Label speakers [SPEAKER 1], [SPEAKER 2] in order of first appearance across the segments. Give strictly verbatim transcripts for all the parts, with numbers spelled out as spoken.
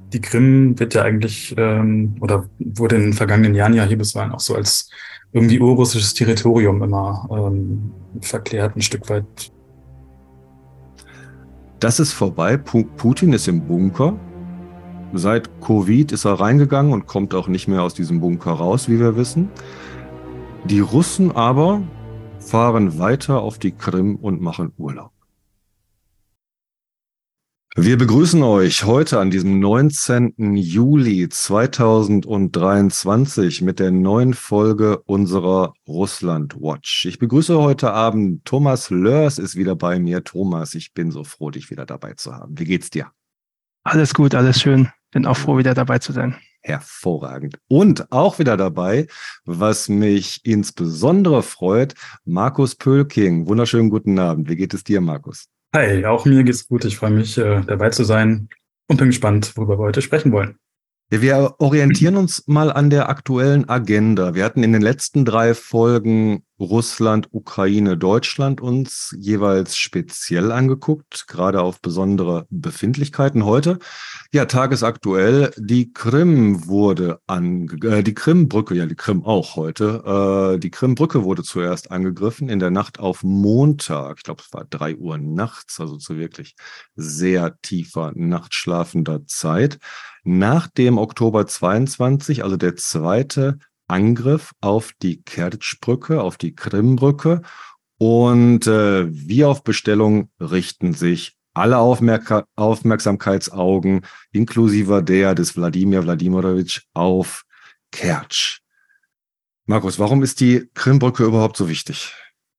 [SPEAKER 1] die Krim wird ja eigentlich ähm, oder wurde in den vergangenen Jahren ja hier bisweilen auch so als irgendwie urrussisches Territorium immer ähm, verklärt, ein Stück weit.
[SPEAKER 2] Das ist vorbei. Putin ist im Bunker. Seit Covid ist er reingegangen und kommt auch nicht mehr aus diesem Bunker raus, wie wir wissen. Die Russen aber fahren weiter auf die Krim und machen Urlaub. Wir begrüßen euch heute an diesem neunzehnten Juli zweitausenddreiundzwanzig mit der neuen Folge unserer Russland Watch. Ich begrüße heute Abend Thomas Lörs ist wieder bei mir. Thomas, ich bin so froh, dich wieder dabei zu haben. Wie geht's dir?
[SPEAKER 3] Alles gut, alles schön. Bin auch froh, wieder dabei zu sein.
[SPEAKER 2] Hervorragend. Und auch wieder dabei, was mich insbesondere freut, Markus Pölking. Wunderschönen guten Abend. Wie geht es dir, Markus?
[SPEAKER 1] Hi, auch mir geht's gut. Ich freue mich, äh, dabei zu sein und bin gespannt, worüber wir heute sprechen wollen.
[SPEAKER 2] Ja, wir orientieren uns mal an der aktuellen Agenda. Wir hatten in den letzten drei Folgen Russland, Ukraine, Deutschland uns jeweils speziell angeguckt, gerade auf besondere Befindlichkeiten. Heute, ja, tagesaktuell, die Krim wurde an, äh, die Krimbrücke, ja, die Krim auch heute, äh, die Krimbrücke wurde zuerst angegriffen in der Nacht auf Montag. Ich glaube, es war drei Uhr nachts, also zu wirklich sehr tiefer, nachtschlafender Zeit. Nach dem Oktober zweiundzwanzig, also der zweite Angriff auf die Kertschbrücke, auf die Krimbrücke. Und äh, wie auf Bestellung richten sich alle Aufmerk- Aufmerksamkeitsaugen, inklusive der des Wladimir Wladimirovich, auf Kertsch. Markus, warum ist die Krimbrücke überhaupt so wichtig?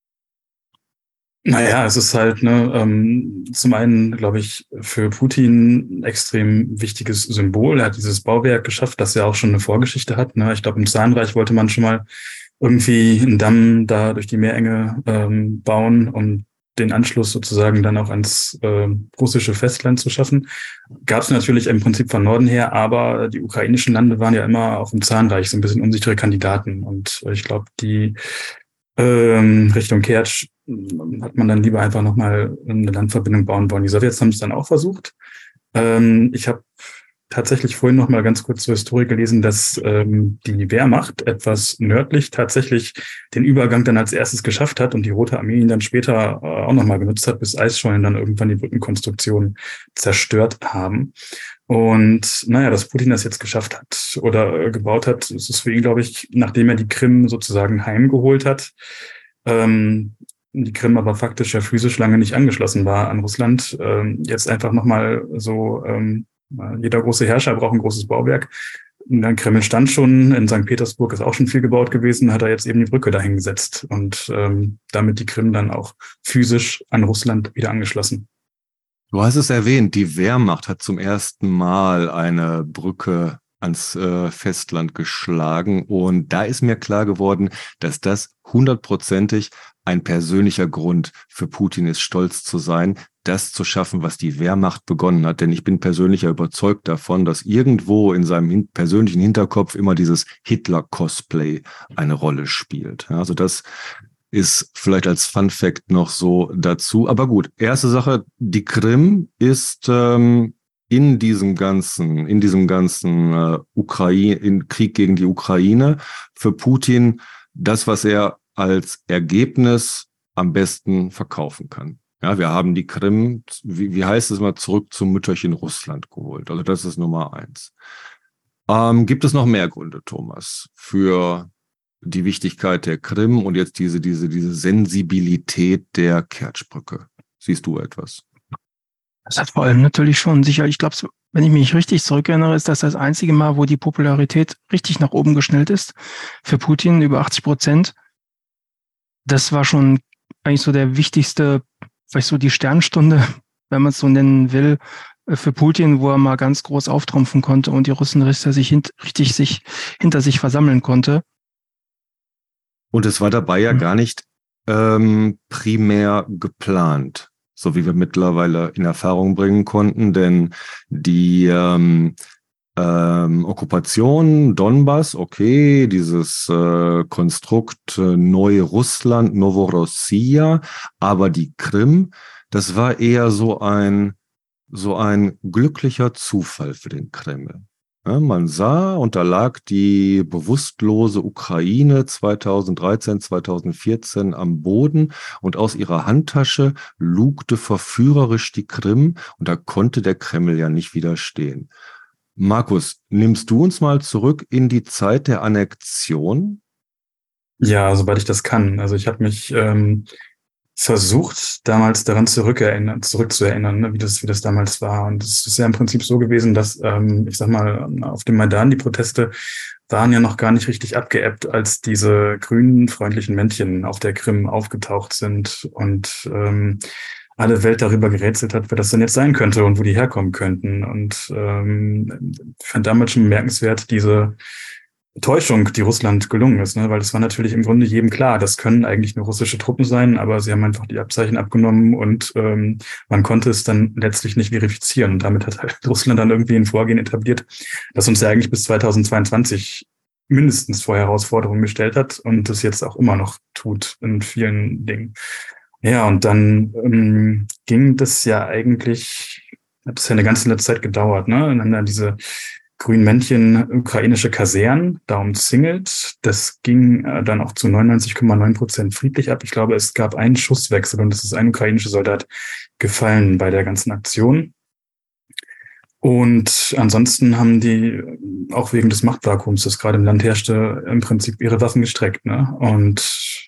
[SPEAKER 1] Naja, es ist halt, ne, ähm, zum einen, glaube ich, für Putin ein extrem wichtiges Symbol. Er hat dieses Bauwerk geschafft, das ja auch schon eine Vorgeschichte hat. Ne? Ich glaube, im Zarenreich wollte man schon mal irgendwie einen Damm da durch die Meerenge ähm, bauen, um den Anschluss sozusagen dann auch ans äh, russische Festland zu schaffen. Gab es natürlich im Prinzip von Norden her, aber die ukrainischen Lande waren ja immer auch im Zarenreich so ein bisschen unsichere Kandidaten. Und äh, ich glaube, die ähm, Richtung Kertsch hat man dann lieber einfach nochmal eine Landverbindung bauen wollen. Die Sowjets haben es dann auch versucht. Ähm, ich habe tatsächlich vorhin noch mal ganz kurz zur Historie gelesen, dass ähm, die Wehrmacht etwas nördlich tatsächlich den Übergang dann als erstes geschafft hat und die Rote Armee ihn dann später äh, auch noch mal genutzt hat, bis Eisschollen dann irgendwann die Brückenkonstruktion zerstört haben. Und naja, dass Putin das jetzt geschafft hat oder äh, gebaut hat, ist es für ihn, glaube ich, nachdem er die Krim sozusagen heimgeholt hat, ähm, die Krim aber faktisch ja physisch lange nicht angeschlossen war an Russland, ähm, jetzt einfach nochmal so, ähm, jeder große Herrscher braucht ein großes Bauwerk. Der Kreml stand schon, in Sankt Petersburg ist auch schon viel gebaut gewesen, hat er jetzt eben die Brücke dahingesetzt und ähm, damit die Krim dann auch physisch an Russland wieder angeschlossen.
[SPEAKER 2] Du hast es erwähnt, die Wehrmacht hat zum ersten Mal eine Brücke ans äh, Festland geschlagen und da ist mir klar geworden, dass das hundertprozentig ein persönlicher Grund für Putin ist, stolz zu sein, das zu schaffen, was die Wehrmacht begonnen hat. Denn ich bin persönlich überzeugt davon, dass irgendwo in seinem hin- persönlichen Hinterkopf immer dieses Hitler-Cosplay eine Rolle spielt. Also das ist vielleicht als Fun Fact noch so dazu. Aber gut, erste Sache, die Krim ist ähm, in diesem ganzen, in diesem ganzen äh, Ukraine, in Krieg gegen die Ukraine für Putin das, was er als Ergebnis am besten verkaufen kann. Ja, wir haben die Krim, wie, wie heißt es mal, zurück zum Mütterchen Russland geholt. Also das ist Nummer eins. Ähm, gibt es noch mehr Gründe, Thomas, für die Wichtigkeit der Krim und jetzt diese, diese, diese Sensibilität der Kertschbrücke? Siehst du etwas?
[SPEAKER 3] Das hat vor allem natürlich schon sicher, ich glaube, wenn ich mich richtig zurückerinnere, ist das das einzige Mal, wo die Popularität richtig nach oben geschnellt ist. Für Putin über achtzig Prozent. Das war schon eigentlich so der wichtigste, vielleicht so die Sternstunde, wenn man es so nennen will, für Putin, wo er mal ganz groß auftrumpfen konnte und die Russen richtig sich, hint, richtig sich hinter sich versammeln konnte.
[SPEAKER 2] Und es war dabei ja gar nicht ähm, primär geplant, so wie wir mittlerweile in Erfahrung bringen konnten, denn die ähm, ähm, Okkupation Donbass, okay, dieses äh, Konstrukt äh, Neurussland, Novorossiya, aber die Krim, das war eher so ein so ein glücklicher Zufall für den Kreml. Ja, man sah, und da lag die bewusstlose Ukraine zweitausenddreizehn, zweitausendvierzehn am Boden und aus ihrer Handtasche lugte verführerisch die Krim und da konnte der Kreml ja nicht widerstehen. Markus, nimmst du uns mal zurück in die Zeit der Annexion?
[SPEAKER 1] Ja, soweit ich das kann. Also ich habe mich ähm, versucht, damals daran zurückerinnern, zurückzuerinnern, ne, wie das, wie das damals war. Und es ist ja im Prinzip so gewesen, dass, ähm, ich sag mal, auf dem Maidan, die Proteste waren ja noch gar nicht richtig abgeebbt, als diese grünen, freundlichen Männchen auf der Krim aufgetaucht sind und ähm, alle Welt darüber gerätselt hat, wer das denn jetzt sein könnte und wo die herkommen könnten. Und ähm, ich fand damals schon bemerkenswert, diese Täuschung, die Russland gelungen ist, ne? Weil es war natürlich im Grunde jedem klar, das können eigentlich nur russische Truppen sein, aber sie haben einfach die Abzeichen abgenommen und ähm, man konnte es dann letztlich nicht verifizieren. Und damit hat halt Russland dann irgendwie ein Vorgehen etabliert, das uns ja eigentlich bis zweitausendzweiundzwanzig mindestens vor Herausforderungen gestellt hat und das jetzt auch immer noch tut in vielen Dingen. Ja, und dann ähm, ging das ja eigentlich, hat es ja eine ganze Zeit gedauert, ne? Und dann, dann diese grünen Männchen, ukrainische Kasernen, da umzingelt. Das ging äh, dann auch zu neunundneunzig Komma neun Prozent friedlich ab. Ich glaube, es gab einen Schusswechsel und es ist ein ukrainischer Soldat gefallen bei der ganzen Aktion. Und ansonsten haben die auch wegen des Machtvakuums, das gerade im Land herrschte, im Prinzip ihre Waffen gestreckt, ne? Und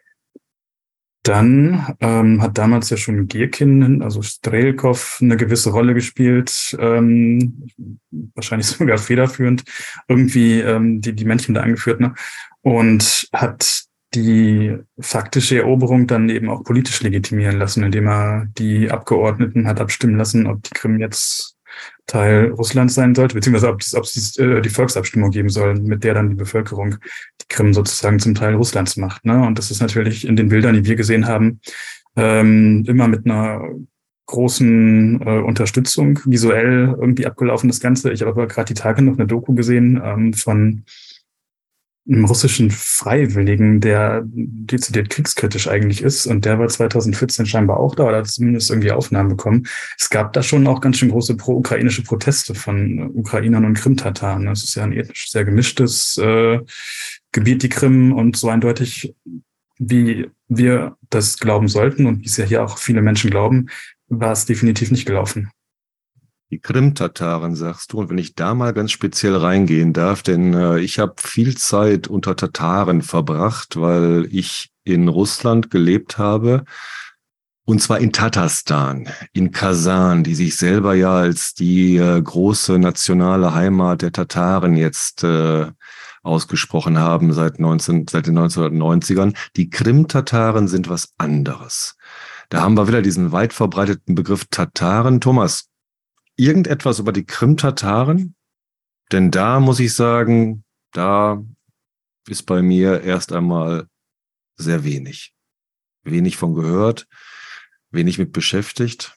[SPEAKER 1] dann ähm, hat damals ja schon Gierkin, also Strelkov, eine gewisse Rolle gespielt, ähm, wahrscheinlich sogar federführend, irgendwie ähm, die, die Männchen da angeführt, ne? Und hat die faktische Eroberung dann eben auch politisch legitimieren lassen, indem er die Abgeordneten hat abstimmen lassen, ob die Krim jetzt Teil Russlands sein sollte, beziehungsweise ob es, ob es äh, die Volksabstimmung geben soll, mit der dann die Bevölkerung die Krim sozusagen zum Teil Russlands macht. Ne? Und das ist natürlich in den Bildern, die wir gesehen haben, ähm, immer mit einer großen äh, Unterstützung visuell irgendwie abgelaufen, das Ganze. Ich habe aber gerade die Tage noch eine Doku gesehen ähm, von einem russischen Freiwilligen, der dezidiert kriegskritisch eigentlich ist. Und der war zweitausendvierzehn scheinbar auch da oder hat zumindest irgendwie Aufnahmen bekommen. Es gab da schon auch ganz schön große pro-ukrainische Proteste von Ukrainern und Krim-Tataren. Das ist ja ein ethnisch sehr gemischtes äh, Gebiet, die Krim. Und so eindeutig, wie wir das glauben sollten und wie es ja hier auch viele Menschen glauben, war es definitiv nicht gelaufen.
[SPEAKER 2] Die Krim-Tataren, sagst du, und wenn ich da mal ganz speziell reingehen darf, denn äh, ich habe viel Zeit unter Tataren verbracht, weil ich in Russland gelebt habe, und zwar in Tatarstan, in Kasan, die sich selber ja als die äh, große nationale Heimat der Tataren jetzt äh, ausgesprochen haben seit, neunzehn, seit den neunzehnhundertneunzigern. Die Krim-Tataren sind was anderes. Da haben wir wieder diesen weit verbreiteten Begriff Tataren. Thomas, irgendetwas über die Krim-Tataren? Denn da muss ich sagen, da ist bei mir erst einmal sehr wenig. Wenig von gehört, wenig mit beschäftigt.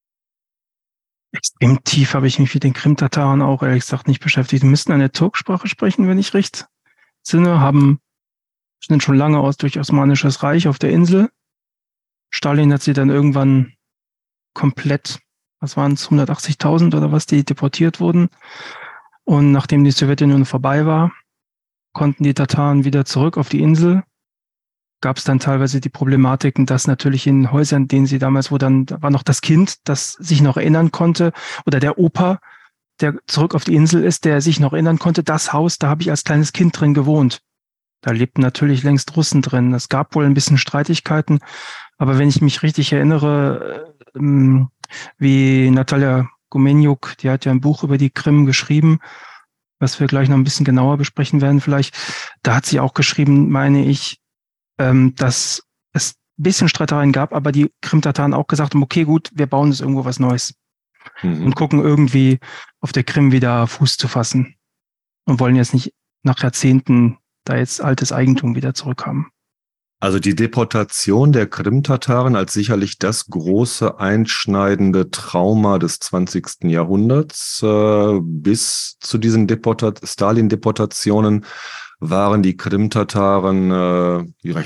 [SPEAKER 3] Extrem tief habe ich mich mit den Krim-Tataren auch ehrlich gesagt nicht beschäftigt. Die müssten eine Turksprache sprechen, wenn ich recht sinne, haben, sind schon lange aus durch Osmanisches Reich auf der Insel. Stalin hat sie dann irgendwann komplett, was waren es, hundertachtzigtausend oder was, die deportiert wurden. Und nachdem die Sowjetunion vorbei war, konnten die Tataren wieder zurück auf die Insel. Gab es dann teilweise die Problematiken, dass natürlich in Häusern, denen sie damals, wo dann, da war noch das Kind, das sich noch erinnern konnte, oder der Opa, der zurück auf die Insel ist, der sich noch erinnern konnte, das Haus, da habe ich als kleines Kind drin gewohnt. Da lebten natürlich längst Russen drin. Es gab wohl ein bisschen Streitigkeiten, aber wenn ich mich richtig erinnere, ähm, wie Natalia Gumenyuk, die hat ja ein Buch über die Krim geschrieben, was wir gleich noch ein bisschen genauer besprechen werden vielleicht. Da hat sie auch geschrieben, meine ich, ähm, dass es ein bisschen Streitereien gab, aber die Krim-Tataren auch gesagt haben, okay, gut, wir bauen jetzt irgendwo was Neues mhm. und gucken irgendwie auf der Krim wieder Fuß zu fassen und wollen jetzt nicht nach Jahrzehnten da jetzt altes Eigentum wieder zurückhaben.
[SPEAKER 2] Also die Deportation der Krim-Tataren als sicherlich das große einschneidende Trauma des zwanzigsten Jahrhunderts. Äh, bis zu diesen Deportat- Stalin-Deportationen waren die Krim-Tataren äh, recht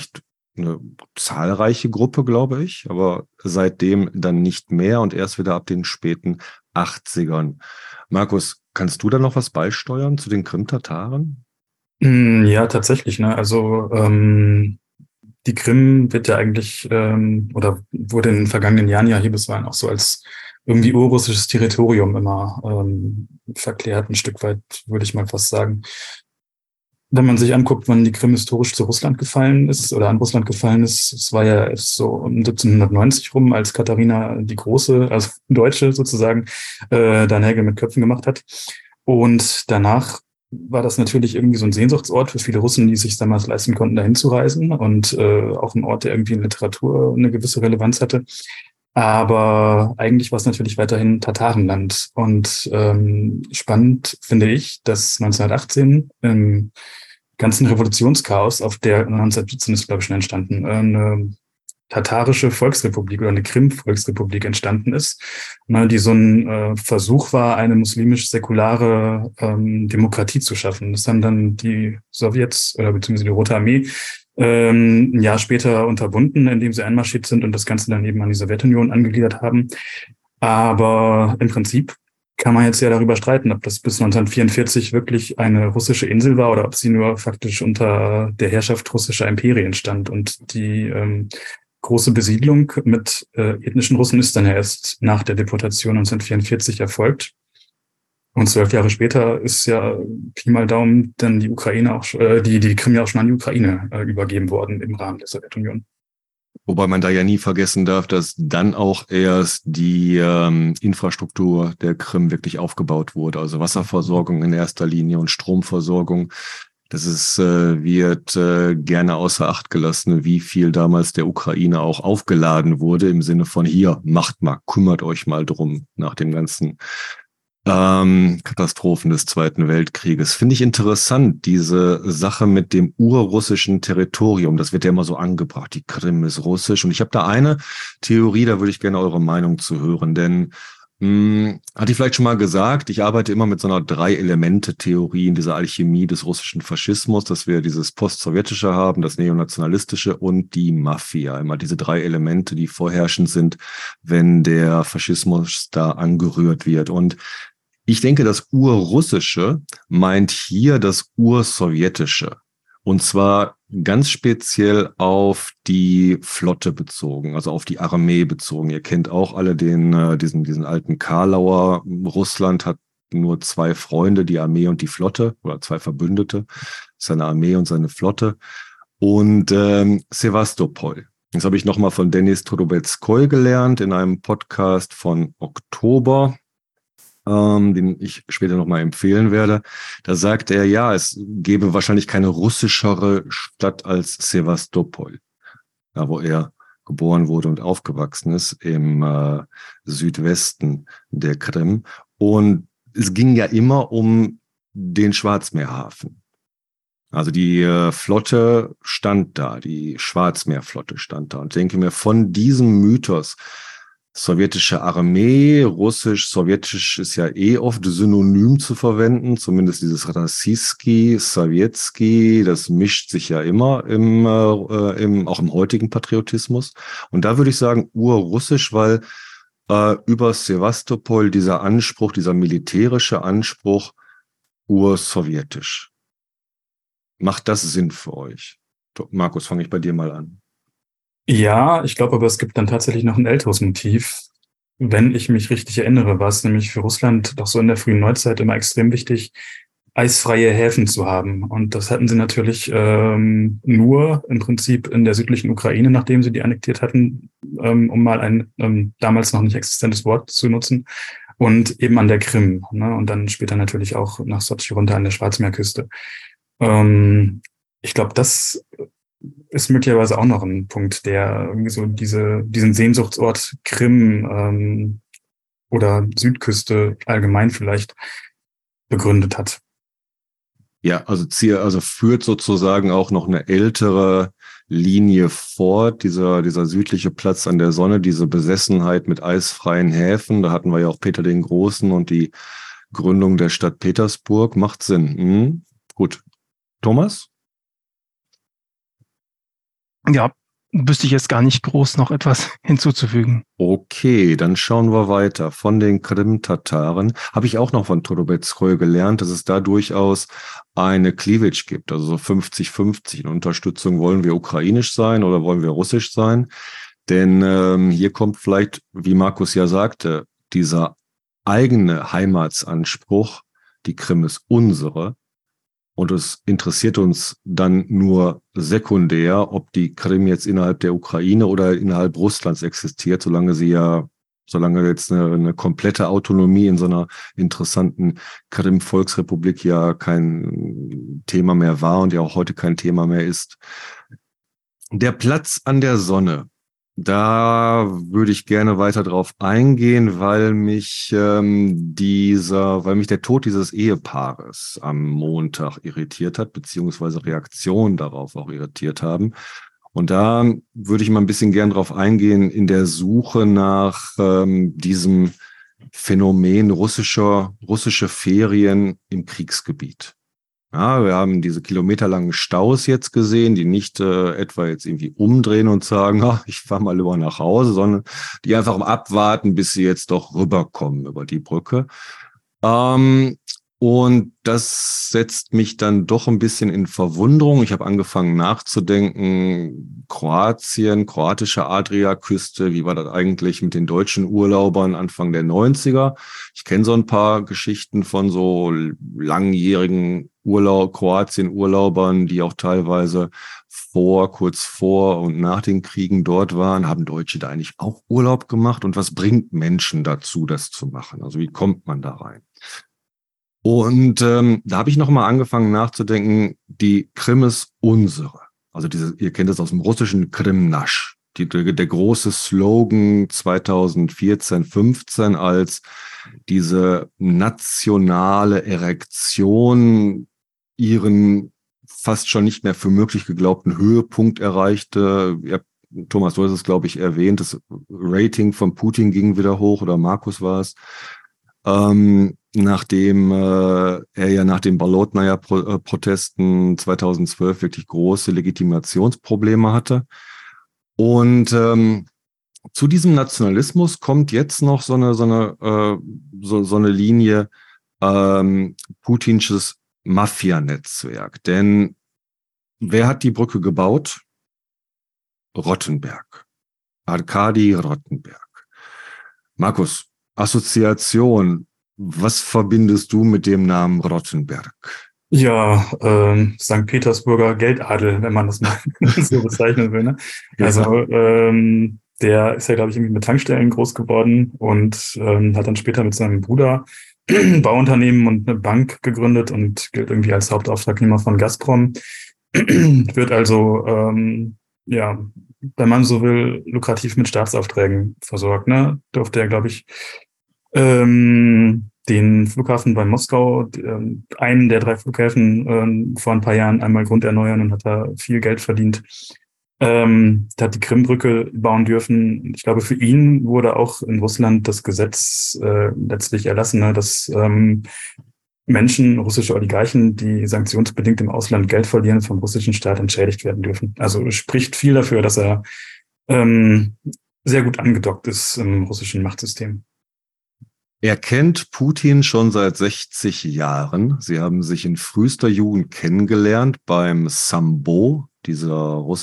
[SPEAKER 2] eine zahlreiche Gruppe, glaube ich, aber seitdem dann nicht mehr und erst wieder ab den späten achtzigern. Markus, kannst du da noch was beisteuern zu den Krim-Tataren?
[SPEAKER 1] Ja, tatsächlich, ne? Also ähm, die Krim wird ja eigentlich ähm, oder wurde in den vergangenen Jahren ja hier bisweilen auch so als irgendwie urrussisches Territorium immer ähm, verklärt, ein Stück weit, würde ich mal fast sagen. Wenn man sich anguckt, wann die Krim historisch zu Russland gefallen ist oder an Russland gefallen ist, es war ja erst so um siebzehnhundertneunzig rum, als Katharina die Große, also Deutsche sozusagen, äh, da Nägel mit Köpfen gemacht hat. Und danach war das natürlich irgendwie so ein Sehnsuchtsort für viele Russen, die es sich damals leisten konnten, dahin zu reisen und äh, auch ein Ort, der irgendwie in Literatur eine gewisse Relevanz hatte. Aber eigentlich war es natürlich weiterhin Tatarenland. Und ähm, spannend finde ich, dass neunzehnhundertachtzehn im ganzen Revolutionschaos, auf der neunzehnhundertsiebzehn ist, glaube ich, schon entstanden, eine tatarische Volksrepublik oder eine Krim-Volksrepublik entstanden ist, ne, die so ein äh, Versuch war, eine muslimisch-säkulare ähm, Demokratie zu schaffen. Das haben dann die Sowjets oder beziehungsweise die Rote Armee ähm, ein Jahr später unterbunden, indem sie einmarschiert sind und das Ganze dann eben an die Sowjetunion angegliedert haben. Aber im Prinzip kann man jetzt ja darüber streiten, ob das bis neunzehnhundertvierundvierzig wirklich eine russische Insel war oder ob sie nur faktisch unter der Herrschaft russischer Imperien stand. Und die ähm, große Besiedlung mit äh, ethnischen Russen ist dann ja erst nach der Deportation neunzehnhundertvierundvierzig erfolgt. Und zwölf Jahre später ist ja Pi mal Daumen dann die Ukraine auch, äh, die, die Krim ja auch schon an die Ukraine äh, übergeben worden im Rahmen der Sowjetunion.
[SPEAKER 2] Wobei man da ja nie vergessen darf, dass dann auch erst die ähm, Infrastruktur der Krim wirklich aufgebaut wurde. Also Wasserversorgung in erster Linie und Stromversorgung. Das ist, äh, wird äh, gerne außer Acht gelassen, wie viel damals der Ukraine auch aufgeladen wurde im Sinne von hier, macht mal, kümmert euch mal drum nach dem ganzen Ähm, Katastrophen des Zweiten Weltkrieges. Finde ich interessant, diese Sache mit dem urrussischen Territorium. Das wird ja immer so angebracht. Die Krim ist russisch. Und ich habe da eine Theorie, da würde ich gerne eure Meinung zu hören. Denn, mh, hatte ich vielleicht schon mal gesagt, ich arbeite immer mit so einer Drei-Elemente-Theorie in dieser Alchemie des russischen Faschismus, dass wir dieses Post-Sowjetische haben, das Neonationalistische und die Mafia. Immer diese drei Elemente, die vorherrschend sind, wenn der Faschismus da angerührt wird. Und ich denke, das Urrussische meint hier das Ursowjetische. Und zwar ganz speziell auf die Flotte bezogen, also auf die Armee bezogen. Ihr kennt auch alle den, diesen, diesen alten Karlauer. Russland hat nur zwei Freunde, die Armee und die Flotte, oder zwei Verbündete, seine Armee und seine Flotte. Und ähm, Sevastopol. Das habe ich nochmal von Denis Trubetskoy gelernt in einem Podcast von Oktober, ähm, den ich später nochmal empfehlen werde. Da sagt er, ja, es gäbe wahrscheinlich keine russischere Stadt als Sevastopol, da wo er geboren wurde und aufgewachsen ist, im äh, Südwesten der Krim. Und es ging ja immer um den Schwarzmeerhafen. Also die äh, Flotte stand da, die Schwarzmeerflotte stand da. Und ich denke mir, von diesem Mythos, sowjetische Armee, russisch, sowjetisch ist ja eh oft synonym zu verwenden, zumindest dieses Rassijski, Sowjetski, das mischt sich ja immer im, äh, im, auch im heutigen Patriotismus. Und da würde ich sagen urrussisch, weil äh, über Sevastopol dieser Anspruch, dieser militärische Anspruch ursowjetisch. Macht das Sinn für euch? Markus, fange ich bei dir mal an.
[SPEAKER 1] Ja, ich glaube aber, es gibt dann tatsächlich noch ein älteres Motiv. Wenn ich mich richtig erinnere, war es nämlich für Russland doch so in der frühen Neuzeit immer extrem wichtig, eisfreie Häfen zu haben. Und das hatten sie natürlich ähm, nur im Prinzip in der südlichen Ukraine, nachdem sie die annektiert hatten, ähm, um mal ein ähm, damals noch nicht existentes Wort zu nutzen. Und eben an der Krim, ne? Und dann später natürlich auch nach Sotschi runter an der Schwarzmeerküste. Ähm, ich glaube, das ist möglicherweise auch noch ein Punkt, der irgendwie so diese, diesen Sehnsuchtsort Krim ähm, oder Südküste allgemein vielleicht begründet hat.
[SPEAKER 2] Ja, also ziehe, also führt sozusagen auch noch eine ältere Linie fort, dieser, dieser südliche Platz an der Sonne, diese Besessenheit mit eisfreien Häfen. Da hatten wir ja auch Peter den Großen und die Gründung der Stadt Petersburg. Macht Sinn. Hm? Gut. Thomas?
[SPEAKER 3] Ja, wüsste ich jetzt gar nicht groß noch etwas hinzuzufügen.
[SPEAKER 2] Okay, dann schauen wir weiter. Von den Krim-Tataren habe ich auch noch von Torobetskoy gelernt, dass es da durchaus eine Cleavage gibt, also so fünfzig fünfzig in Unterstützung. Wollen wir ukrainisch sein oder wollen wir russisch sein? Denn ähm, hier kommt vielleicht, wie Markus ja sagte, dieser eigene Heimatsanspruch, die Krim ist unsere. Und es interessiert uns dann nur sekundär, ob die Krim jetzt innerhalb der Ukraine oder innerhalb Russlands existiert, solange sie ja, solange jetzt eine, eine komplette Autonomie in so einer interessanten Krim-Volksrepublik ja kein Thema mehr war und ja auch heute kein Thema mehr ist. Der Platz an der Sonne. Da würde ich gerne weiter drauf eingehen, weil mich ähm, dieser, weil mich der Tod dieses Ehepaares am Montag irritiert hat, beziehungsweise Reaktionen darauf auch irritiert haben. Und da würde ich mal ein bisschen gern drauf eingehen in der Suche nach ähm, diesem Phänomen russischer, russische Ferien im Kriegsgebiet. Ja, wir haben diese kilometerlangen Staus jetzt gesehen, die nicht äh, etwa jetzt irgendwie umdrehen und sagen, ach, ich fahre mal lieber nach Hause, sondern die einfach abwarten, bis sie jetzt doch rüberkommen über die Brücke. Ähm, und das setzt mich dann doch ein bisschen in Verwunderung. Ich habe angefangen nachzudenken, Kroatien, kroatische Adriaküste, wie war das eigentlich mit den deutschen Urlaubern Anfang der neunziger? Ich kenne so ein paar Geschichten von so langjährigen Urlaub, Kroatien-Urlaubern, die auch teilweise vor, kurz vor und nach den Kriegen dort waren. Haben Deutsche da eigentlich auch Urlaub gemacht? Und was bringt Menschen dazu, das zu machen? Also wie kommt man da rein? Und ähm, da habe ich noch mal angefangen nachzudenken, die Krim ist unsere. Also diese, ihr kennt es aus dem russischen Krim-Nasch. Die, der große Slogan zweitausendvierzehn, fünfzehn als diese nationale Erektion ihren fast schon nicht mehr für möglich geglaubten Höhepunkt erreichte. Ja, Thomas, du hast es, glaube ich, erwähnt, das Rating von Putin ging wieder hoch, oder Markus war es. Ähm, nachdem äh, er ja nach den Bolotnaja-Protesten zweitausendzwölf wirklich große Legitimationsprobleme hatte. Und ähm, zu diesem Nationalismus kommt jetzt noch so eine so eine äh, so, so eine Linie ähm, Putinsches Mafia-Netzwerk. Denn wer hat die Brücke gebaut? Rottenberg. Arkadi Rottenberg. Markus, Assoziation. Was verbindest du mit dem Namen Rottenberg?
[SPEAKER 1] Ja, ähm, Sankt Petersburger Geldadel, wenn man das mal so bezeichnen will. Ne? Also ähm, der ist ja, glaube ich, irgendwie mit Tankstellen groß geworden und ähm, hat dann später mit seinem Bruder Bauunternehmen und eine Bank gegründet und gilt irgendwie als Hauptauftragnehmer von Gazprom. Wird also, ähm, ja, wenn man so will, lukrativ mit Staatsaufträgen versorgt. Ne? Durfte er, glaube ich, ähm, den Flughafen bei Moskau, ähm, einen der drei Flughäfen, ähm, vor ein paar Jahren einmal grunderneuern und hat da viel Geld verdient. Ähm, hat die Krimbrücke bauen dürfen. Ich glaube, für ihn wurde auch in Russland das Gesetz äh, letztlich erlassen, ne, dass ähm, Menschen, russische Oligarchen, die sanktionsbedingt im Ausland Geld verlieren, vom russischen Staat entschädigt werden dürfen. Also spricht viel dafür, dass er ähm, sehr gut angedockt ist im russischen Machtsystem.
[SPEAKER 2] Er kennt Putin schon seit sechzig Jahren. Sie haben sich in frühester Jugend kennengelernt beim Sambo, dieser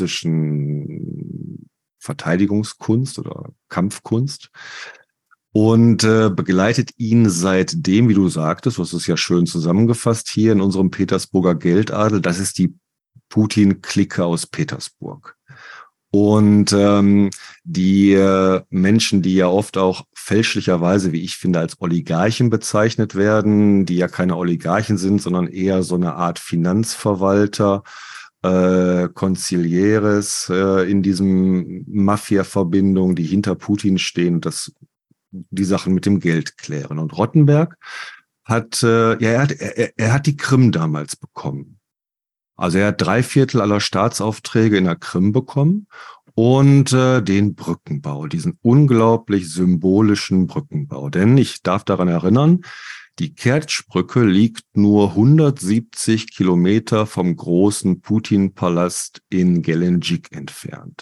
[SPEAKER 2] russischen Verteidigungskunst oder Kampfkunst. Und äh, begleitet ihn seitdem, wie du sagtest, du hast es ja schön zusammengefasst, hier in unserem Petersburger Geldadel. Das ist die Putin-Clique aus Petersburg. Und ähm, die äh, Menschen, die ja oft auch fälschlicherweise, wie ich finde, als Oligarchen bezeichnet werden, die ja keine Oligarchen sind, sondern eher so eine Art Finanzverwalter, äh, Concilieres äh, in diesem Mafia-Verbindung, die hinter Putin stehen und das die Sachen mit dem Geld klären. Und Rottenberg hat, äh, ja, er hat, er, er hat die Krim damals bekommen. Also er hat drei Viertel aller Staatsaufträge in der Krim bekommen und äh, den Brückenbau, diesen unglaublich symbolischen Brückenbau. Denn ich darf daran erinnern, die Kertschbrücke liegt nur hundertsiebzig Kilometer vom großen Putin-Palast in Gelendzhik entfernt.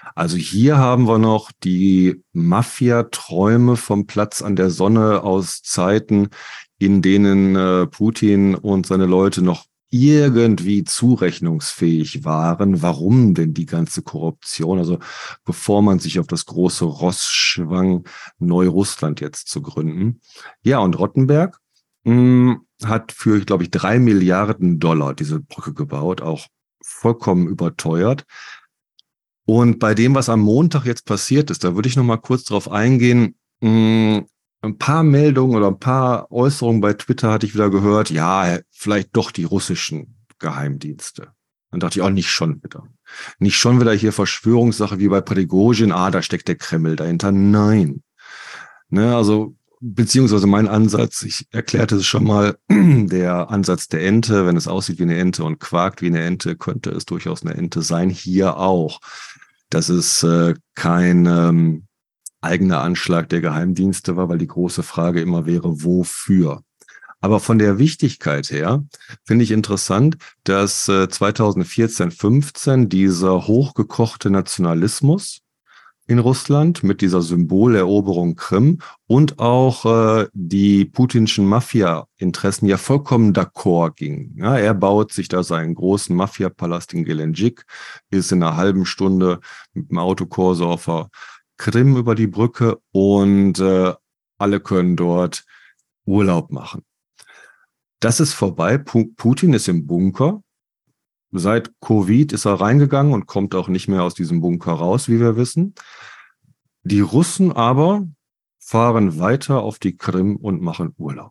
[SPEAKER 2] Also hier haben wir noch die Mafia-Träume vom Platz an der Sonne aus Zeiten, in denen äh, Putin und seine Leute noch irgendwie zurechnungsfähig waren. Warum denn die ganze Korruption? Also bevor man sich auf das große Ross schwang, Neurussland jetzt zu gründen. Ja, und Rottenberg mh, hat für, glaube ich, drei Milliarden Dollar diese Brücke gebaut, auch vollkommen überteuert. Und bei dem, was am Montag jetzt passiert ist, da würde ich noch mal kurz drauf eingehen. Mh, ein paar Meldungen oder ein paar Äußerungen bei Twitter hatte ich wieder gehört. Ja, vielleicht doch die russischen Geheimdienste. Dann dachte ich auch nicht schon wieder. Nicht schon wieder hier Verschwörungssache wie bei Prigozhin. Ah, da steckt der Kreml dahinter. Nein. Ne, also, beziehungsweise mein Ansatz, ich erklärte es schon mal, der Ansatz der Ente, wenn es aussieht wie eine Ente und quakt wie eine Ente, könnte es durchaus eine Ente sein. Hier auch. Das ist äh, kein ähm, eigener Anschlag der Geheimdienste war, weil die große Frage immer wäre, wofür? Aber von der Wichtigkeit her finde ich interessant, dass äh, zweitausendvierzehn, fünfzehn dieser hochgekochte Nationalismus in Russland mit dieser Symboleroberung Krim und auch äh, die putinschen Mafia-Interessen ja vollkommen d'accord gingen. Ja, er baut sich da seinen großen Mafia-Palast in Gelendzhik, ist in einer halben Stunde mit dem Autokorso auf der Krim über die Brücke und äh, alle können dort Urlaub machen. Das ist vorbei. Putin ist im Bunker. Seit Covid ist er reingegangen und kommt auch nicht mehr aus diesem Bunker raus, wie wir wissen. Die Russen aber fahren weiter auf die Krim und machen Urlaub.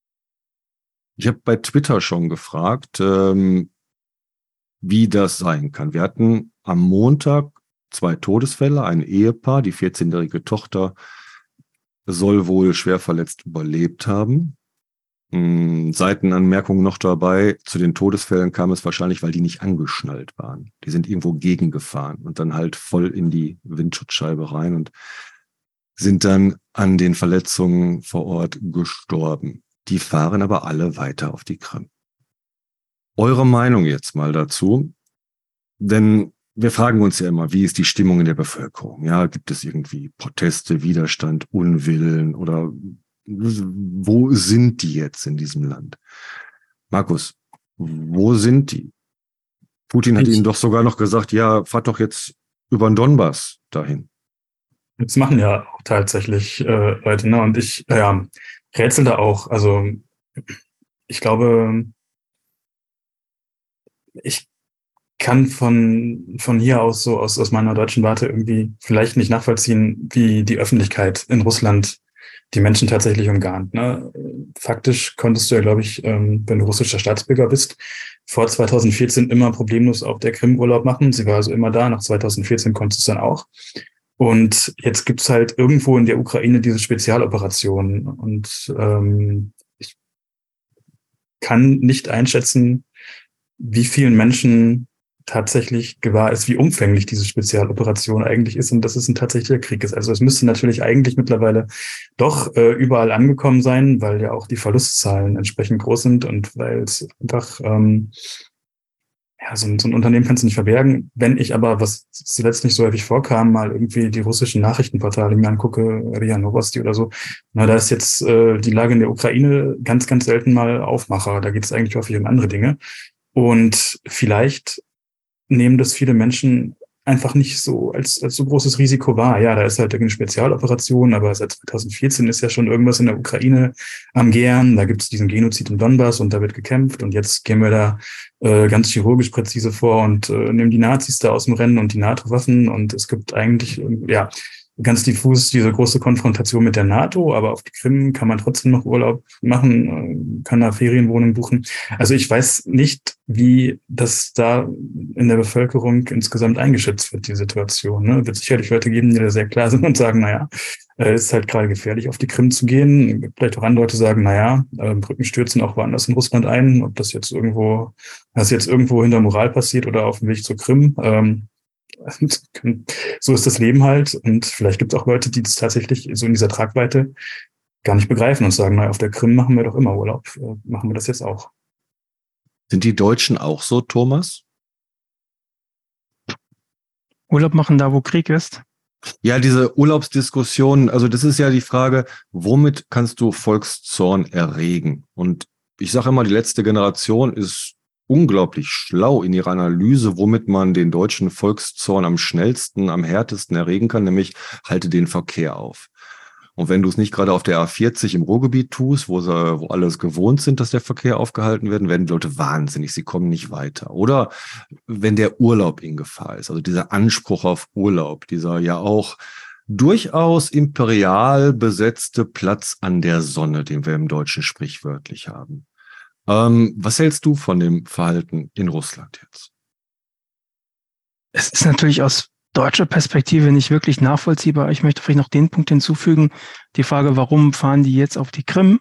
[SPEAKER 2] Ich habe bei Twitter schon gefragt, ähm, wie das sein kann. Wir hatten am Montag zwei Todesfälle, ein Ehepaar, die vierzehnjährige Tochter soll wohl schwer verletzt überlebt haben. Seitenanmerkung noch dabei, zu den Todesfällen kam es wahrscheinlich, weil die nicht angeschnallt waren. Die sind irgendwo gegengefahren und dann halt voll in die Windschutzscheibe rein und sind dann an den Verletzungen vor Ort gestorben. Die fahren aber alle weiter auf die Krim. Eure Meinung jetzt mal dazu, denn wir fragen uns ja immer, wie ist die Stimmung in der Bevölkerung? Ja, gibt es irgendwie Proteste, Widerstand, Unwillen oder wo sind die jetzt in diesem Land? Markus, wo sind die? Putin hat ihnen doch sogar noch gesagt, ja, fahrt doch jetzt über den Donbass dahin.
[SPEAKER 1] Das machen ja auch tatsächlich äh, Leute, ne? Und ich ja, rätsel da auch. Also ich glaube, ich kann von von hier aus so aus aus meiner deutschen Warte irgendwie vielleicht nicht nachvollziehen, wie die Öffentlichkeit in Russland die Menschen tatsächlich umgarnt. Ne? Faktisch konntest du ja, glaube ich, ähm, wenn du russischer Staatsbürger bist, vor zweitausendvierzehn immer problemlos auf der Krim Urlaub machen. Sie war also immer da. Nach zweitausendvierzehn konntest du es dann auch. Und jetzt gibt's halt irgendwo in der Ukraine diese Spezialoperation. Und ähm, ich kann nicht einschätzen, wie vielen Menschen tatsächlich gewahr ist, wie umfänglich diese Spezialoperation eigentlich ist und dass es ein tatsächlicher Krieg ist. Also es müsste natürlich eigentlich mittlerweile doch äh, überall angekommen sein, weil ja auch die Verlustzahlen entsprechend groß sind und weil es einfach, ähm, ja, so ein, so ein Unternehmen kannst du nicht verbergen. Wenn ich aber, was zuletzt nicht so häufig vorkam, mal irgendwie die russischen Nachrichtenportale mir angucke, RIA Novosti oder so, na, da ist jetzt äh, die Lage in der Ukraine ganz, ganz selten mal Aufmacher. Da geht es eigentlich häufig um andere Dinge. Und vielleicht nehmen das viele Menschen einfach nicht so als, als so großes Risiko wahr. Ja, da ist halt eine Spezialoperation, aber seit zweitausendvierzehn ist ja schon irgendwas in der Ukraine am Gären. Da gibt es diesen Genozid im Donbass und da wird gekämpft und jetzt gehen wir da äh, ganz chirurgisch präzise vor und äh, nehmen die Nazis da aus dem Rennen und die NATO-Waffen und es gibt eigentlich, ja, ganz diffus diese große Konfrontation mit der NATO, aber auf die Krim kann man trotzdem noch Urlaub machen, kann da Ferienwohnung buchen. Also ich weiß nicht, wie das da in der Bevölkerung insgesamt eingeschätzt wird, die Situation. Ne? Wird sicherlich Leute geben, die da sehr klar sind und sagen, naja, es ist halt gerade gefährlich, auf die Krim zu gehen. Vielleicht auch andere Leute sagen, naja, Brücken stürzen auch woanders in Russland ein, ob das jetzt irgendwo, das jetzt irgendwo hinter Moral passiert oder auf dem Weg zur Krim. Ähm, So ist das Leben halt und vielleicht gibt es auch Leute, die das tatsächlich so in dieser Tragweite gar nicht begreifen und sagen, naja, auf der Krim machen wir doch immer Urlaub, machen wir das jetzt auch.
[SPEAKER 2] Sind die Deutschen auch so, Thomas?
[SPEAKER 3] Urlaub machen da, wo Krieg ist?
[SPEAKER 2] Ja, diese Urlaubsdiskussion, also das ist ja die Frage, womit kannst du Volkszorn erregen? Und ich sage immer, die letzte Generation ist unglaublich schlau in ihrer Analyse, womit man den deutschen Volkszorn am schnellsten, am härtesten erregen kann, nämlich halte den Verkehr auf. Und wenn du es nicht gerade auf der A vierzig im Ruhrgebiet tust, wo, sie, wo alles gewohnt sind, dass der Verkehr aufgehalten wird, werden die Leute wahnsinnig, sie kommen nicht weiter. Oder wenn der Urlaub in Gefahr ist, also dieser Anspruch auf Urlaub, dieser ja auch durchaus imperial besetzte Platz an der Sonne, den wir im Deutschen sprichwörtlich haben. Ähm, was hältst du von dem Verhalten in Russland jetzt?
[SPEAKER 3] Es ist natürlich aus deutscher Perspektive nicht wirklich nachvollziehbar. Ich möchte vielleicht noch den Punkt hinzufügen, die Frage, warum fahren die jetzt auf die Krim?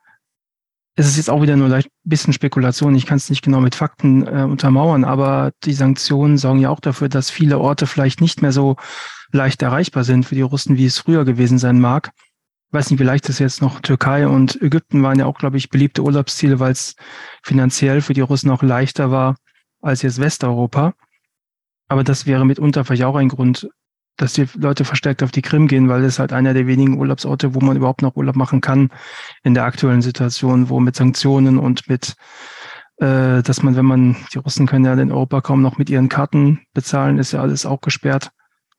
[SPEAKER 3] Es ist jetzt auch wieder nur leicht ein bisschen Spekulation. Ich kann es nicht genau mit Fakten äh, untermauern, aber die Sanktionen sorgen ja auch dafür, dass viele Orte vielleicht nicht mehr so leicht erreichbar sind für die Russen, wie es früher gewesen sein mag. Ich weiß nicht, wie leicht es jetzt noch Türkei und Ägypten waren ja auch, glaube ich, beliebte Urlaubsziele, weil es finanziell für die Russen auch leichter war als jetzt Westeuropa. Aber das wäre mitunter vielleicht auch ein Grund, dass die Leute verstärkt auf die Krim gehen, weil es halt einer der wenigen Urlaubsorte, wo man überhaupt noch Urlaub machen kann in der aktuellen Situation, wo mit Sanktionen und mit, äh, dass man, wenn man, die Russen können ja in Europa kaum noch mit ihren Karten bezahlen, ist ja alles auch gesperrt.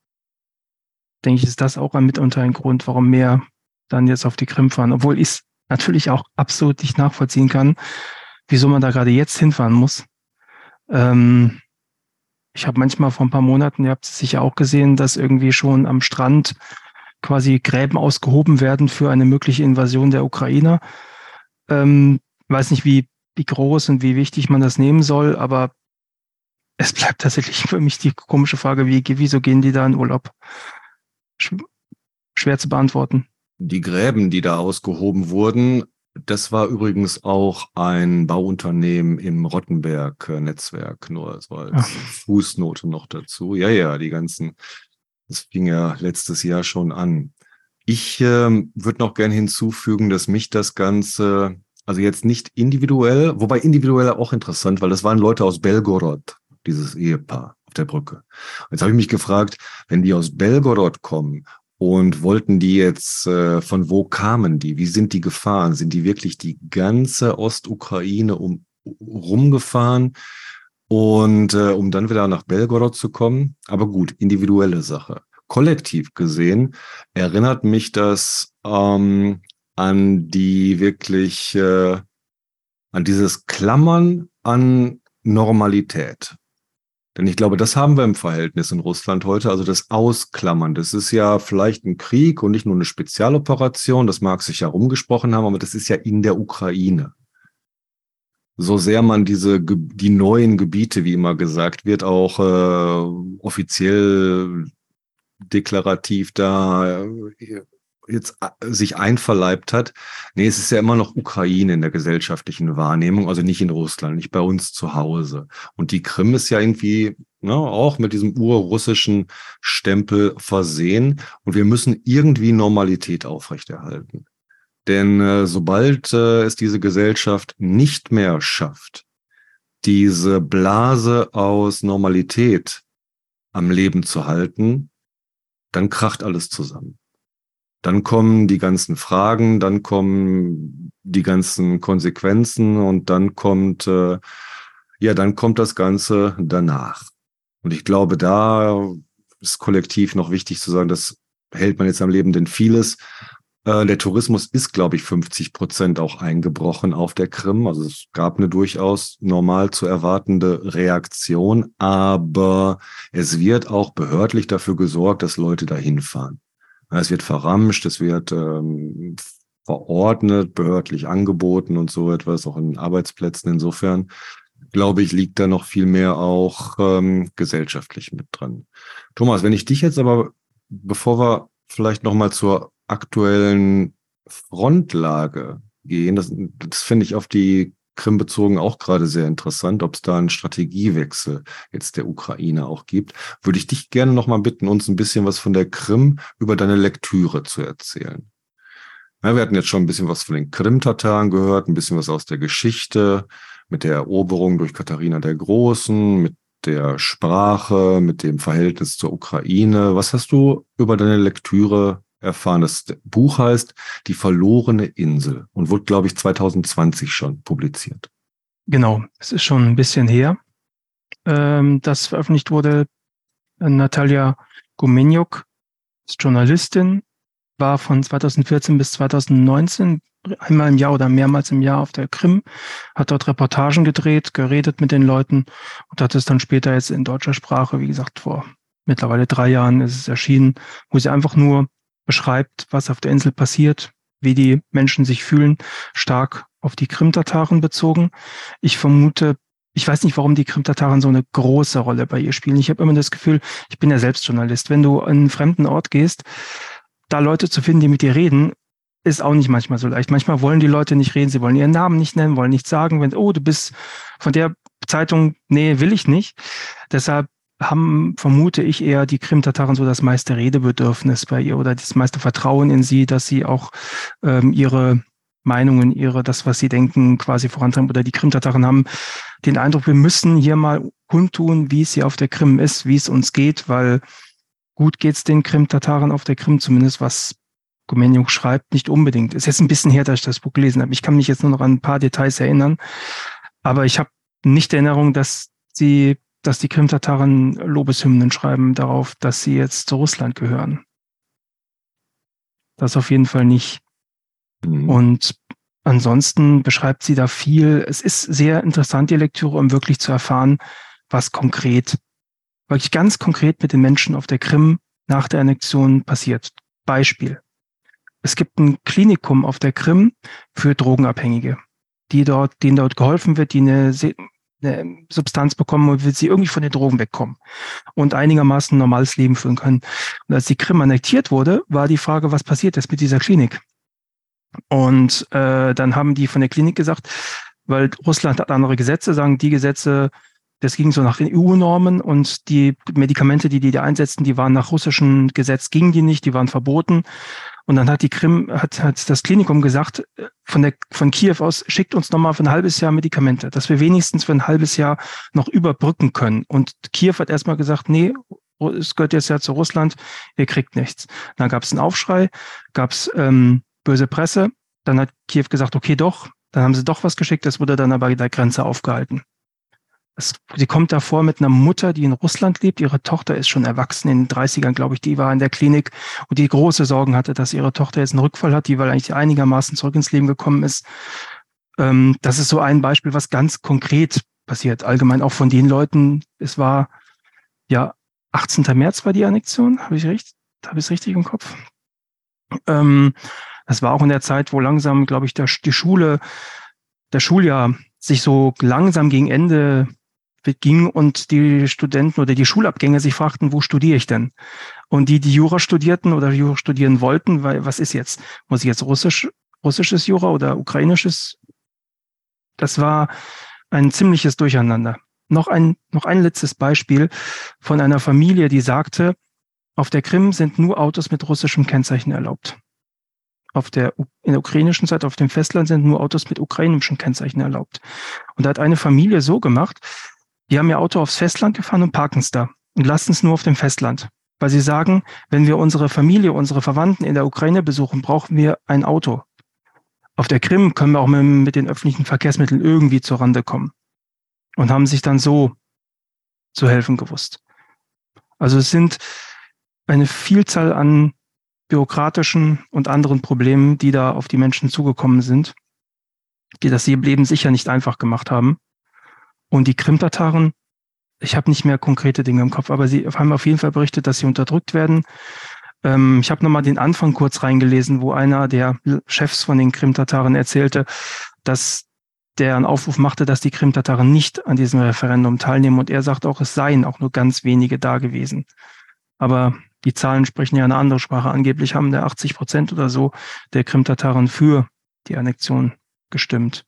[SPEAKER 3] Denke ich, ist das auch ein, mitunter ein Grund, warum mehr dann jetzt auf die Krim fahren. Obwohl ich es natürlich auch absolut nicht nachvollziehen kann, wieso man da gerade jetzt hinfahren muss. Ähm, Ich habe manchmal vor ein paar Monaten, ihr habt es sicher auch gesehen, dass irgendwie schon am Strand quasi Gräben ausgehoben werden für eine mögliche Invasion der Ukrainer. Ähm, weiß nicht, wie, wie groß und wie wichtig man das nehmen soll, aber es bleibt tatsächlich für mich die komische Frage, wie, wieso gehen die da in Urlaub? Sch- schwer zu beantworten.
[SPEAKER 2] Die Gräben, die da ausgehoben wurden, das war übrigens auch ein Bauunternehmen im Rottenberg-Netzwerk, nur so als
[SPEAKER 3] Ach.
[SPEAKER 2] Fußnote noch dazu. Ja, ja, die ganzen, das fing ja letztes Jahr schon an. Ich ähm, würde noch gern hinzufügen, dass mich das Ganze, also jetzt nicht individuell, wobei individuell auch interessant, weil das waren Leute aus Belgorod, dieses Ehepaar auf der Brücke. Jetzt habe ich mich gefragt, wenn die aus Belgorod kommen, und wollten die jetzt, äh, von wo kamen die? Wie sind die gefahren? Sind die wirklich die ganze Ostukraine um, rumgefahren und äh, um dann wieder nach Belgorod zu kommen? Aber gut, individuelle Sache. Kollektiv gesehen erinnert mich das ähm, an die wirklich, äh, an dieses Klammern an Normalität. Denn ich glaube, das haben wir im Verhältnis in Russland heute, also das Ausklammern. Das ist ja vielleicht ein Krieg und nicht nur eine Spezialoperation, das mag sich ja rumgesprochen haben, aber das ist ja in der Ukraine. So sehr man diese, die neuen Gebiete, wie immer gesagt wird, auch äh, offiziell deklarativ da äh, jetzt sich einverleibt hat. Nee, es ist ja immer noch Ukraine in der gesellschaftlichen Wahrnehmung, also nicht in Russland, nicht bei uns zu Hause. Und die Krim ist ja irgendwie, ne, auch mit diesem urrussischen Stempel versehen. Und wir müssen irgendwie Normalität aufrechterhalten. Denn äh, sobald äh, es diese Gesellschaft nicht mehr schafft, diese Blase aus Normalität am Leben zu halten, dann kracht alles zusammen. Dann kommen die ganzen Fragen, dann kommen die ganzen Konsequenzen und dann kommt, äh, ja, dann kommt das Ganze danach. Und ich glaube, da ist kollektiv noch wichtig zu sagen, das hält man jetzt am Leben, denn vieles, äh, der Tourismus ist, glaube ich, fünfzig Prozent auch eingebrochen auf der Krim. Also es gab eine durchaus normal zu erwartende Reaktion, aber es wird auch behördlich dafür gesorgt, dass Leute dahin fahren. Es wird verramscht, es wird ähm, verordnet, behördlich angeboten und so etwas, auch in Arbeitsplätzen. Insofern, glaube ich, liegt da noch viel mehr auch ähm, gesellschaftlich mit dran. Thomas, wenn ich dich jetzt aber, bevor wir vielleicht nochmal zur aktuellen Frontlage gehen, das, das finde ich auf die Krim bezogen auch gerade sehr interessant, ob es da einen Strategiewechsel jetzt der Ukraine auch gibt. Würde ich dich gerne noch mal bitten, uns ein bisschen was von der Krim über deine Lektüre zu erzählen. Ja, wir hatten jetzt schon ein bisschen was von den Krim-Tataren gehört, ein bisschen was aus der Geschichte mit der Eroberung durch Katharina der Großen, mit der Sprache, mit dem Verhältnis zur Ukraine. Was hast du über deine Lektüre erfahren? Das Buch heißt Die verlorene Insel und wurde, glaube ich, zwanzig zwanzig schon publiziert.
[SPEAKER 3] Genau, es ist schon ein bisschen her, ähm, das veröffentlicht wurde. Natalia Gumeniuk ist Journalistin, war von zweitausendvierzehn bis zweitausendneunzehn einmal im Jahr oder mehrmals im Jahr auf der Krim, hat dort Reportagen gedreht, geredet mit den Leuten und hat es dann später jetzt in deutscher Sprache, wie gesagt, vor mittlerweile drei Jahren ist es erschienen, wo sie einfach nur beschreibt, was auf der Insel passiert, wie die Menschen sich fühlen, stark auf die Krim-Tataren bezogen. Ich vermute, ich weiß nicht, warum die Krim-Tataren so eine große Rolle bei ihr spielen. Ich habe immer das Gefühl, ich bin ja selbst Journalist, wenn du an einen fremden Ort gehst, da Leute zu finden, die mit dir reden, ist auch nicht manchmal so leicht. Manchmal wollen die Leute nicht reden, sie wollen ihren Namen nicht nennen, wollen nichts sagen, wenn, oh, du bist von der Zeitung, nee, will ich nicht. Deshalb haben, vermute ich, eher die Krim-Tataren so das meiste Redebedürfnis bei ihr oder das meiste Vertrauen in sie, dass sie auch ähm, ihre Meinungen, ihre, das, was sie denken, quasi vorantreiben. Oder die Krim-Tataren haben den Eindruck, wir müssen hier mal kundtun, wie es hier auf der Krim ist, wie es uns geht, weil gut geht's den Krim-Tataren auf der Krim, zumindest was Gumeniuk schreibt, nicht unbedingt. Es ist jetzt ein bisschen her, dass ich das Buch gelesen habe. Ich kann mich jetzt nur noch an ein paar Details erinnern, aber ich habe nicht die Erinnerung, dass sie, dass die Krim-Tataren Lobeshymnen schreiben darauf, dass sie jetzt zu Russland gehören. Das auf jeden Fall nicht. Mhm. Und ansonsten beschreibt sie da viel. Es ist sehr interessant, die Lektüre, um wirklich zu erfahren, was konkret, wirklich ganz konkret mit den Menschen auf der Krim nach der Annexion passiert. Beispiel. Es gibt ein Klinikum auf der Krim für Drogenabhängige, die dort, denen dort geholfen wird, die eine, eine Substanz bekommen und sie irgendwie von den Drogen wegkommen und einigermaßen ein normales Leben führen können. Und als die Krim annektiert wurde, war die Frage, was passiert jetzt mit dieser Klinik? Und äh, dann haben die von der Klinik gesagt, weil Russland hat andere Gesetze, sagen die Gesetze, das ging so nach den E U-Normen und die Medikamente, die die da einsetzten, die waren nach russischem Gesetz, gingen die nicht, die waren verboten. Und dann hat die Krim, hat, hat das Klinikum gesagt, von der, von Kiew aus, schickt uns nochmal für ein halbes Jahr Medikamente, dass wir wenigstens für ein halbes Jahr noch überbrücken können. Und Kiew hat erstmal gesagt, nee, es gehört jetzt ja zu Russland, ihr kriegt nichts. Dann gab es einen Aufschrei, gab es ähm, böse Presse, dann hat Kiew gesagt, okay, doch, dann haben sie doch was geschickt, das wurde dann aber bei der Grenze aufgehalten. Es, sie kommt davor mit einer Mutter, die in Russland lebt. Ihre Tochter ist schon erwachsen, in den dreißigern, glaube ich, die war in der Klinik und die große Sorgen hatte, dass ihre Tochter jetzt einen Rückfall hat, die weil eigentlich einigermaßen zurück ins Leben gekommen ist. Ähm, das ist so ein Beispiel, was ganz konkret passiert. Allgemein auch von den Leuten, es war ja achtzehnten März war die Annexion, habe ich recht? Habe ich es richtig im Kopf? Ähm, das war auch in der Zeit, wo langsam, glaube ich, der, die Schule, der Schuljahr sich so langsam gegen Ende ging und die Studenten oder die Schulabgänger sich fragten, wo studiere ich denn? Und die, die Jura studierten oder Jura studieren wollten, weil was ist jetzt? Muss ich jetzt Russisch, russisches Jura oder ukrainisches? Das war ein ziemliches Durcheinander. Noch ein, noch ein letztes Beispiel von einer Familie, die sagte, auf der Krim sind nur Autos mit russischem Kennzeichen erlaubt. Auf der, in der ukrainischen Seite, auf dem Festland sind nur Autos mit ukrainischem Kennzeichen erlaubt. Und da hat eine Familie so gemacht, die haben ihr Auto aufs Festland gefahren und parken es da und lassen es nur auf dem Festland. Weil sie sagen, wenn wir unsere Familie, unsere Verwandten in der Ukraine besuchen, brauchen wir ein Auto. Auf der Krim können wir auch mit, mit den öffentlichen Verkehrsmitteln irgendwie zur Rande kommen. Und haben sich dann so zu helfen gewusst. Also es sind eine Vielzahl an bürokratischen und anderen Problemen, die da auf die Menschen zugekommen sind, die das Leben sicher nicht einfach gemacht haben. Und die Krim-Tataren, ich habe nicht mehr konkrete Dinge im Kopf, aber sie haben auf jeden Fall berichtet, dass sie unterdrückt werden. Ähm, ich habe nochmal den Anfang kurz reingelesen, wo einer der Chefs von den Krim-Tataren erzählte, dass der einen Aufruf machte, dass die Krim-Tataren nicht an diesem Referendum teilnehmen. Und er sagt auch, es seien auch nur ganz wenige da gewesen. Aber die Zahlen sprechen ja eine andere Sprache. Angeblich haben der achtzig Prozent oder so der Krim-Tataren für die Annexion gestimmt.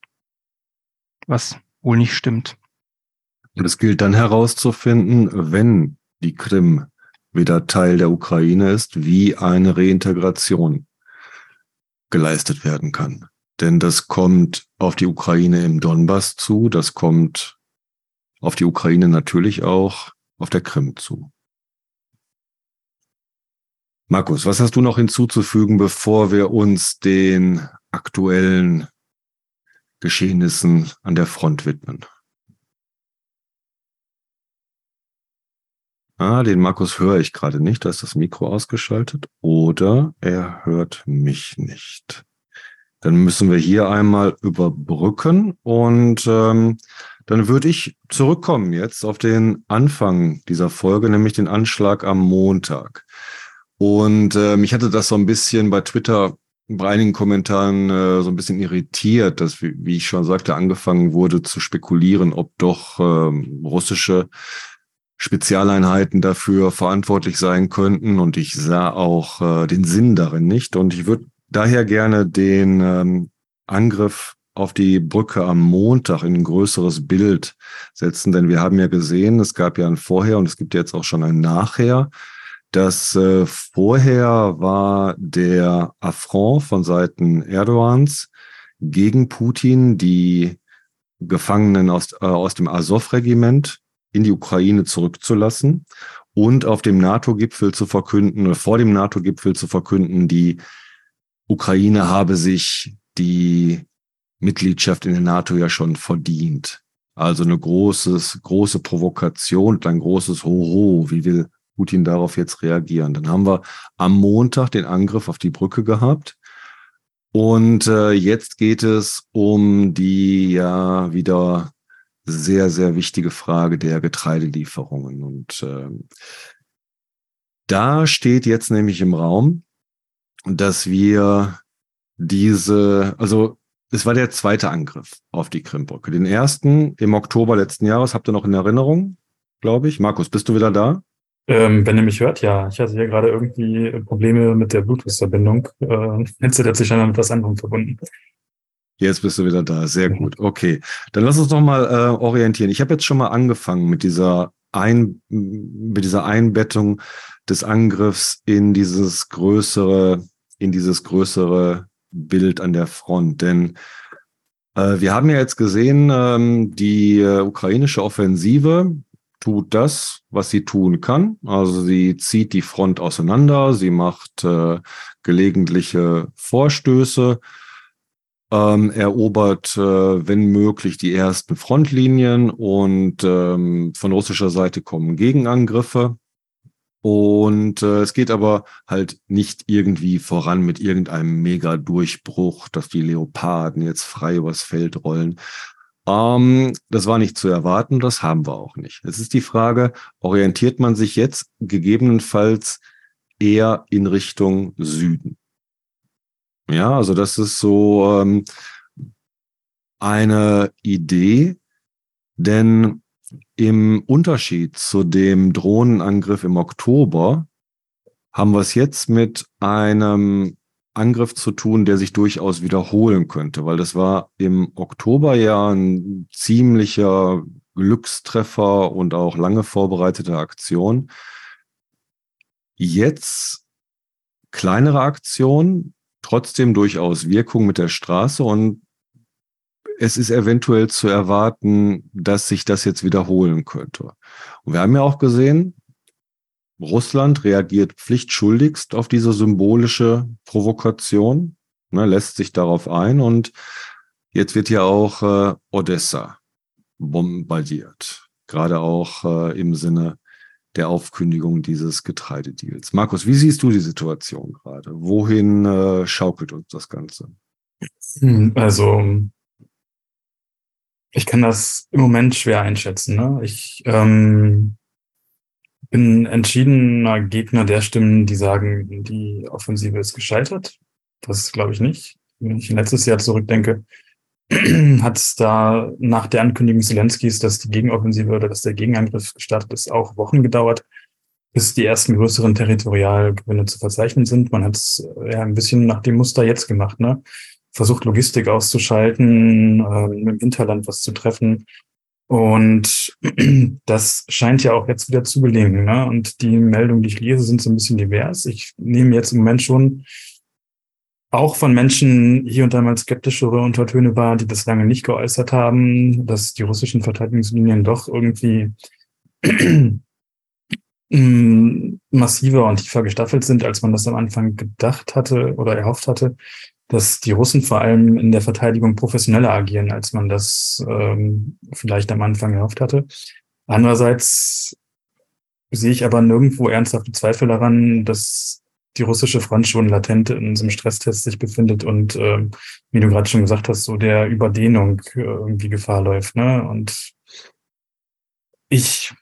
[SPEAKER 3] Was wohl nicht stimmt.
[SPEAKER 2] Und es gilt dann herauszufinden, wenn die Krim wieder Teil der Ukraine ist, wie eine Reintegration geleistet werden kann. Denn das kommt auf die Ukraine im Donbass zu, das kommt auf die Ukraine natürlich auch auf der Krim zu. Markus, was hast du noch hinzuzufügen, bevor wir uns den aktuellen Geschehnissen an der Front widmen? Ah, den Markus höre ich gerade nicht. Da ist das Mikro ausgeschaltet. Oder er hört mich nicht. Dann müssen wir hier einmal überbrücken. Und ähm, dann würde ich zurückkommen jetzt auf den Anfang dieser Folge, nämlich den Anschlag am Montag. Und äh, mich hatte das so ein bisschen bei Twitter bei einigen Kommentaren äh, so ein bisschen irritiert, dass, wie, wie ich schon sagte, angefangen wurde zu spekulieren, ob doch ähm, russische Spezialeinheiten dafür verantwortlich sein könnten. Und ich sah auch äh, den Sinn darin nicht. Und ich würde daher gerne den ähm, Angriff auf die Brücke am Montag in ein größeres Bild setzen. Denn wir haben ja gesehen, es gab ja ein Vorher und es gibt jetzt auch schon ein Nachher. Das äh, Vorher war der Affront von Seiten Erdogans gegen Putin, die Gefangenen aus, äh, aus dem Azov-Regiment in die Ukraine zurückzulassen und auf dem NATO-Gipfel zu verkünden, oder vor dem NATO-Gipfel zu verkünden, die Ukraine habe sich die Mitgliedschaft in der NATO ja schon verdient. Also eine großes, große Provokation und ein großes Hoho. Wie will Putin darauf jetzt reagieren? Dann haben wir am Montag den Angriff auf die Brücke gehabt. Und äh, jetzt geht es um die ja wieder sehr, sehr wichtige Frage der Getreidelieferungen. Und äh, da steht jetzt nämlich im Raum, dass wir diese, also es war der zweite Angriff auf die Krimbrücke. Den ersten im Oktober letzten Jahres, habt ihr noch in Erinnerung, glaube ich. Markus, bist du wieder da?
[SPEAKER 1] Ähm, wenn ihr mich hört, ja. Ich hatte hier gerade irgendwie Probleme mit der Bluetooth-Verbindung. Äh, Headset hat sich dann mit was anderem verbunden.
[SPEAKER 2] Jetzt bist du wieder da. Sehr gut. Okay. Dann lass uns doch mal äh, orientieren. Ich habe jetzt schon mal angefangen mit dieser, Ein, mit dieser Einbettung des Angriffs in dieses größere, in dieses größere Bild an der Front. Denn äh, wir haben ja jetzt gesehen, ähm, die äh, ukrainische Offensive tut das, was sie tun kann. Also sie zieht die Front auseinander, sie macht äh, gelegentliche Vorstöße, ähm, erobert, äh, wenn möglich, die ersten Frontlinien und ähm, von russischer Seite kommen Gegenangriffe. Und äh, es geht aber halt nicht irgendwie voran mit irgendeinem Mega-Durchbruch, dass die Leoparden jetzt frei übers Feld rollen. Ähm, das war nicht zu erwarten, das haben wir auch nicht. Es ist die Frage, orientiert man sich jetzt gegebenenfalls eher in Richtung Süden? Ja, also das ist so ähm, eine Idee, denn im Unterschied zu dem Drohnenangriff im Oktober haben wir es jetzt mit einem Angriff zu tun, der sich durchaus wiederholen könnte, weil das war im Oktober ja ein ziemlicher Glückstreffer und auch lange vorbereitete Aktion. Jetzt kleinere Aktion, trotzdem durchaus Wirkung mit der Straße und es ist eventuell zu erwarten, dass sich das jetzt wiederholen könnte. Und wir haben ja auch gesehen, Russland reagiert pflichtschuldigst auf diese symbolische Provokation, ne, lässt sich darauf ein und jetzt wird ja auch äh, Odessa bombardiert, gerade auch äh, im Sinne der Aufkündigung dieses Getreidedeals. Markus, wie siehst du die Situation gerade? Wohin äh, schaukelt uns das Ganze?
[SPEAKER 1] Also ich kann das im Moment schwer einschätzen. Ne? Ich ähm, bin entschiedener Gegner der Stimmen, die sagen, die Offensive ist gescheitert. Das glaube ich nicht. Wenn ich letztes Jahr zurückdenke, hat es da nach der Ankündigung Zelenskis, dass die Gegenoffensive oder dass der Gegenangriff gestartet ist, auch Wochen gedauert, bis die ersten größeren Territorialgewinne zu verzeichnen sind. Man hat es ja ein bisschen nach dem Muster jetzt gemacht, ne? Versucht, Logistik auszuschalten, äh, im Hinterland was zu treffen. Und das scheint ja auch jetzt wieder zu gelingen. Ne? Und die Meldungen, die ich lese, sind so ein bisschen divers. Ich nehme jetzt im Moment schon auch von Menschen hier und da mal skeptischere Untertöne war, die das lange nicht geäußert haben, dass die russischen Verteidigungslinien doch irgendwie massiver und tiefer gestaffelt sind, als man das am Anfang gedacht hatte oder erhofft hatte, dass die Russen vor allem in der Verteidigung professioneller agieren, als man das ähm, vielleicht am Anfang erhofft hatte. Andererseits sehe ich aber nirgendwo ernsthafte Zweifel daran, dass die russische Front schon latent in so einem Stresstest sich befindet und, ähm, wie du gerade schon gesagt hast, so der Überdehnung äh, irgendwie Gefahr läuft. Ne? Und ich,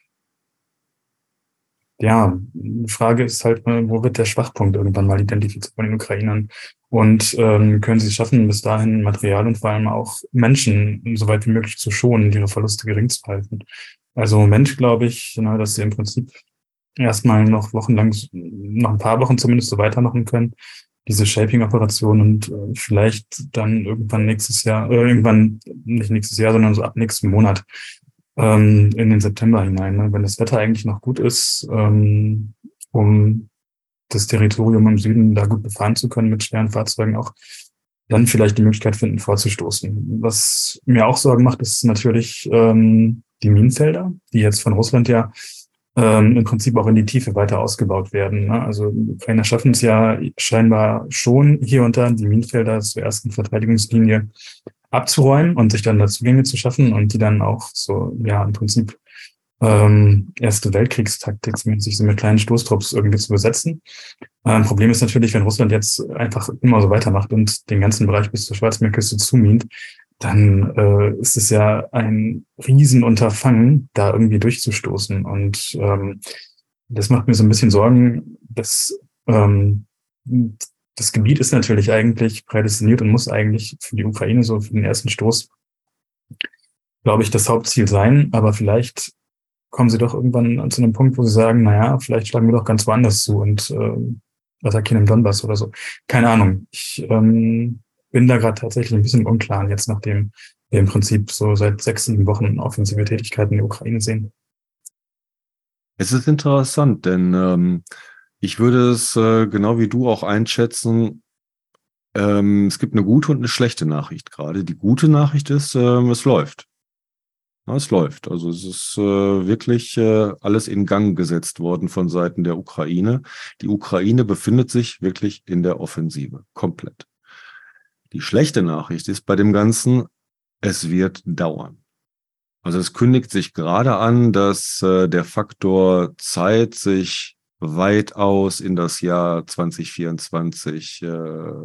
[SPEAKER 1] ja, die Frage ist halt, wo wird der Schwachpunkt irgendwann mal identifiziert von den Ukrainern? Und ähm, können sie es schaffen, bis dahin Material und vor allem auch Menschen so weit wie möglich zu schonen, ihre Verluste gering zu halten? Also im Moment glaube ich, ne, dass sie im Prinzip erstmal noch wochenlang, noch ein paar Wochen zumindest so weitermachen können, diese Shaping-Operation und äh, vielleicht dann irgendwann nächstes Jahr, äh, irgendwann nicht nächstes Jahr, sondern so ab nächsten Monat ähm, in den September hinein, ne? Wenn das Wetter eigentlich noch gut ist, ähm, um das Territorium im Süden da gut befahren zu können mit schweren Fahrzeugen auch, dann vielleicht die Möglichkeit finden, vorzustoßen. Was mir auch Sorgen macht, ist natürlich ähm, die Minenfelder, die jetzt von Russland ja ähm, im Prinzip auch in die Tiefe weiter ausgebaut werden. Ne? Also die Ukrainer schaffen es ja scheinbar schon hier und da, die Minenfelder zur ersten Verteidigungslinie abzuräumen und sich dann da Zugänge zu schaffen und die dann auch so, ja, im Prinzip ähm, Erste Weltkriegstaktik-mäßig so mit kleinen Stoßtrupps irgendwie zu besetzen. Ähm, Problem ist natürlich, wenn Russland jetzt einfach immer so weitermacht und den ganzen Bereich bis zur Schwarzmeerküste zumint, dann äh, ist es ja ein Riesenunterfangen, da irgendwie durchzustoßen. Und ähm, das macht mir so ein bisschen Sorgen, dass ähm, das Gebiet ist natürlich eigentlich prädestiniert und muss eigentlich für die Ukraine so für den ersten Stoß, glaube ich, das Hauptziel sein. Aber vielleicht kommen sie doch irgendwann zu einem Punkt, wo sie sagen, naja, vielleicht schlagen wir doch ganz woanders zu und äh, attackieren im Donbass oder so. Keine Ahnung. Ich ähm, bin da gerade tatsächlich ein bisschen unklar, jetzt nachdem wir im Prinzip so seit sechs, sieben Wochen offensive Tätigkeiten in der Ukraine sehen.
[SPEAKER 2] Es ist interessant, denn ähm, ich würde es äh, genau wie du auch einschätzen, ähm, es gibt eine gute und eine schlechte Nachricht gerade. Die gute Nachricht ist, ähm, es läuft. Ja, es läuft. Also es ist äh, wirklich äh, alles in Gang gesetzt worden von Seiten der Ukraine. Die Ukraine befindet sich wirklich in der Offensive, komplett. Die schlechte Nachricht ist bei dem Ganzen, es wird dauern. Also es kündigt sich gerade an, dass äh, der Faktor Zeit sich weitaus in das Jahr zwanzig vierundzwanzig äh,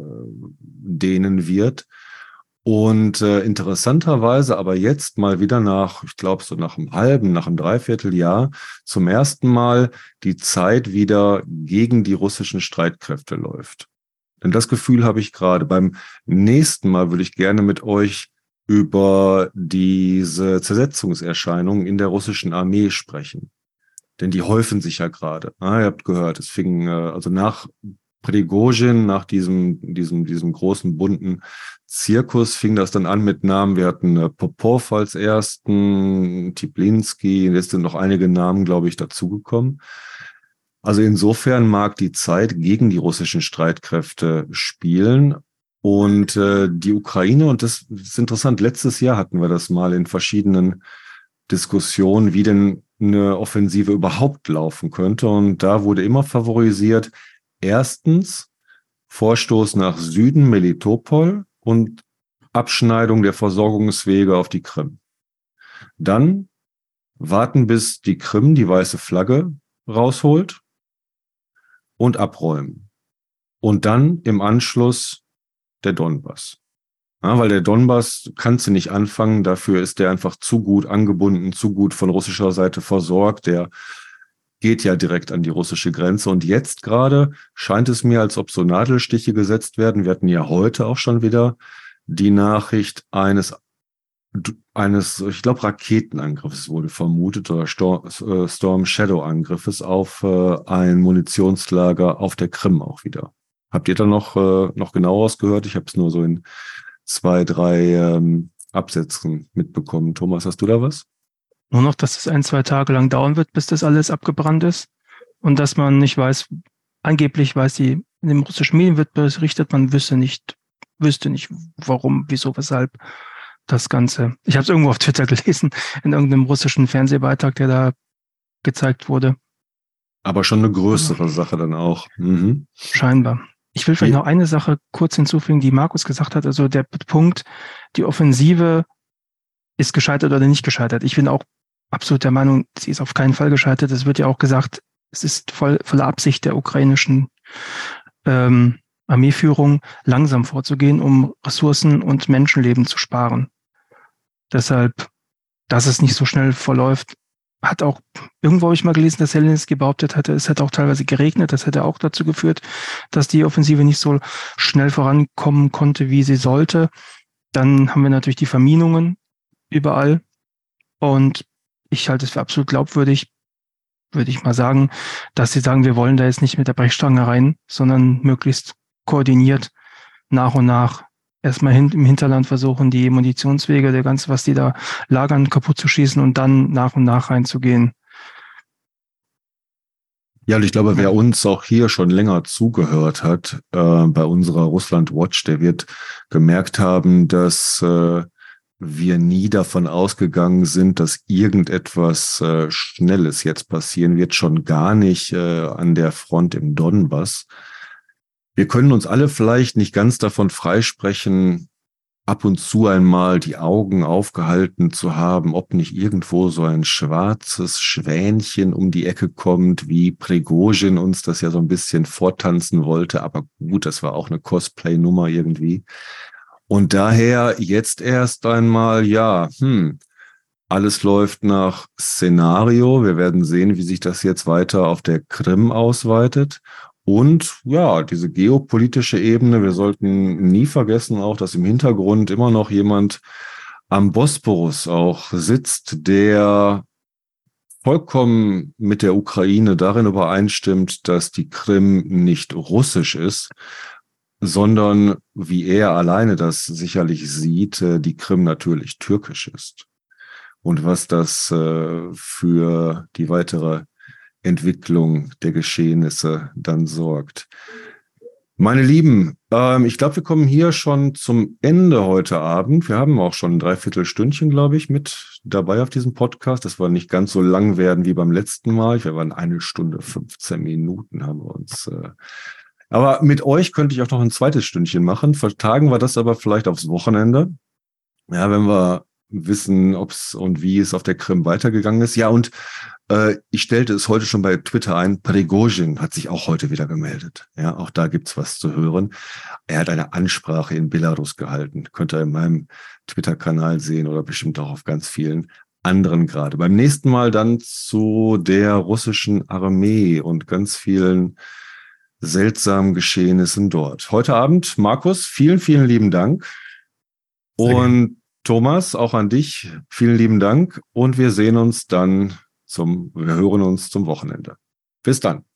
[SPEAKER 2] dehnen wird. Und äh, interessanterweise aber jetzt mal wieder nach, ich glaube so nach einem halben, nach einem Dreivierteljahr, zum ersten Mal die Zeit wieder gegen die russischen Streitkräfte läuft. Denn das Gefühl habe ich gerade. Beim nächsten Mal würde ich gerne mit euch über diese Zersetzungserscheinungen in der russischen Armee sprechen. Denn die häufen sich ja gerade. Ah, ihr habt gehört, es fing äh, also nach Prigozhin, nach diesem, diesem, diesem großen bunten Zirkus fing das dann an mit Namen. Wir hatten äh, Popov als ersten, Tiblinski, jetzt sind noch einige Namen, glaube ich, dazugekommen. Also insofern mag die Zeit gegen die russischen Streitkräfte spielen. Und äh, die Ukraine, und das ist interessant, letztes Jahr hatten wir das mal in verschiedenen Diskussionen, wie denn eine Offensive überhaupt laufen könnte. Und da wurde immer favorisiert, erstens Vorstoß nach Süden, Melitopol und Abschneidung der Versorgungswege auf die Krim. Dann warten, bis die Krim die weiße Flagge rausholt und abräumen. Und dann im Anschluss der Donbass. Ja, weil der Donbass kannst du nicht anfangen, dafür ist der einfach zu gut angebunden, zu gut von russischer Seite versorgt, der geht ja direkt an die russische Grenze und jetzt gerade scheint es mir, als ob so Nadelstiche gesetzt werden. Wir hatten ja heute auch schon wieder die Nachricht eines, eines ich glaube, Raketenangriffs wurde vermutet oder Storm Shadow Angriffes auf ein Munitionslager auf der Krim auch wieder. Habt ihr da noch, noch genaueres gehört? Ich habe es nur so in zwei, drei ähm, Absätzen mitbekommen. Thomas, hast du da was?
[SPEAKER 3] Nur noch, dass es ein, zwei Tage lang dauern wird, bis das alles abgebrannt ist und dass man nicht weiß, angeblich weiß die in den russischen Medien wird berichtet, man wüsste nicht, wüsste nicht, warum, wieso, weshalb das Ganze. Ich habe es irgendwo auf Twitter gelesen, in irgendeinem russischen Fernsehbeitrag, der da gezeigt wurde.
[SPEAKER 2] Aber schon eine größere Sache dann auch. Mhm.
[SPEAKER 3] Scheinbar. Ich will vielleicht
[SPEAKER 2] Die-
[SPEAKER 3] noch eine Sache kurz hinzufügen, die Markus gesagt hat. Also der Punkt, die Offensive ist gescheitert oder nicht gescheitert. Ich bin auch absolut der Meinung, sie ist auf keinen Fall gescheitert. Es wird ja auch gesagt, es ist voll, volle Absicht der ukrainischen ähm, Armeeführung, langsam vorzugehen, um Ressourcen und Menschenleben zu sparen. Deshalb, dass es nicht so schnell verläuft, hat auch, irgendwo habe ich mal gelesen, dass Zelensky behauptet hatte, es hätte auch teilweise geregnet, das hätte auch dazu geführt, dass die Offensive nicht so schnell vorankommen konnte, wie sie sollte. Dann haben wir natürlich die Verminungen überall und ich halte es für absolut glaubwürdig, würde ich mal sagen, dass sie sagen, wir wollen da jetzt nicht mit der Brechstange rein, sondern möglichst koordiniert nach und nach erstmal hin, im Hinterland versuchen, die Munitionswege, der ganze, was die da lagern, kaputt zu schießen und dann nach und nach reinzugehen.
[SPEAKER 2] Ja, und ich glaube, wer uns auch hier schon länger zugehört hat, äh, bei unserer Russland Watch, der wird gemerkt haben, dass äh, wir nie davon ausgegangen sind, dass irgendetwas äh, Schnelles jetzt passieren wird, schon gar nicht äh, an der Front im Donbass. Wir können uns alle vielleicht nicht ganz davon freisprechen, ab und zu einmal die Augen aufgehalten zu haben, ob nicht irgendwo so ein schwarzes Schwänchen um die Ecke kommt, wie Prigozhin uns das ja so ein bisschen vortanzen wollte. Aber gut, das war auch eine Cosplay-Nummer irgendwie. Und daher jetzt erst einmal, ja, hm, alles läuft nach Szenario. Wir werden sehen, wie sich das jetzt weiter auf der Krim ausweitet. Und ja, diese geopolitische Ebene, wir sollten nie vergessen auch, dass im Hintergrund immer noch jemand am Bosporus auch sitzt, der vollkommen mit der Ukraine darin übereinstimmt, dass die Krim nicht russisch ist, sondern, wie er alleine das sicherlich sieht, die Krim natürlich türkisch ist. Und was das für die weitere Entwicklung der Geschehnisse dann sorgt. Meine Lieben, ähm, ich glaube, wir kommen hier schon zum Ende heute Abend. Wir haben auch schon ein Dreiviertelstündchen, glaube ich, mit dabei auf diesem Podcast. Das war nicht ganz so lang werden wie beim letzten Mal. Wir waren eine Stunde, fünfzehn Minuten haben wir uns. Äh aber mit euch könnte ich auch noch ein zweites Stündchen machen. Vertagen wir das aber vielleicht aufs Wochenende. Ja, wenn wir wissen, ob es und wie es auf der Krim weitergegangen ist. Ja, und äh, ich stellte es heute schon bei Twitter ein, Prigozhin hat sich auch heute wieder gemeldet. Ja, auch da gibt's was zu hören. Er hat eine Ansprache in Belarus gehalten. Könnt ihr in meinem Twitter-Kanal sehen oder bestimmt auch auf ganz vielen anderen gerade. Beim nächsten Mal dann zu der russischen Armee und ganz vielen seltsamen Geschehnissen dort. Heute Abend, Markus, vielen, vielen lieben Dank.
[SPEAKER 1] Sehr
[SPEAKER 2] Und
[SPEAKER 1] gerne.
[SPEAKER 2] Thomas, auch an dich, vielen lieben Dank und wir sehen uns dann zum, wir hören uns zum Wochenende. Bis dann.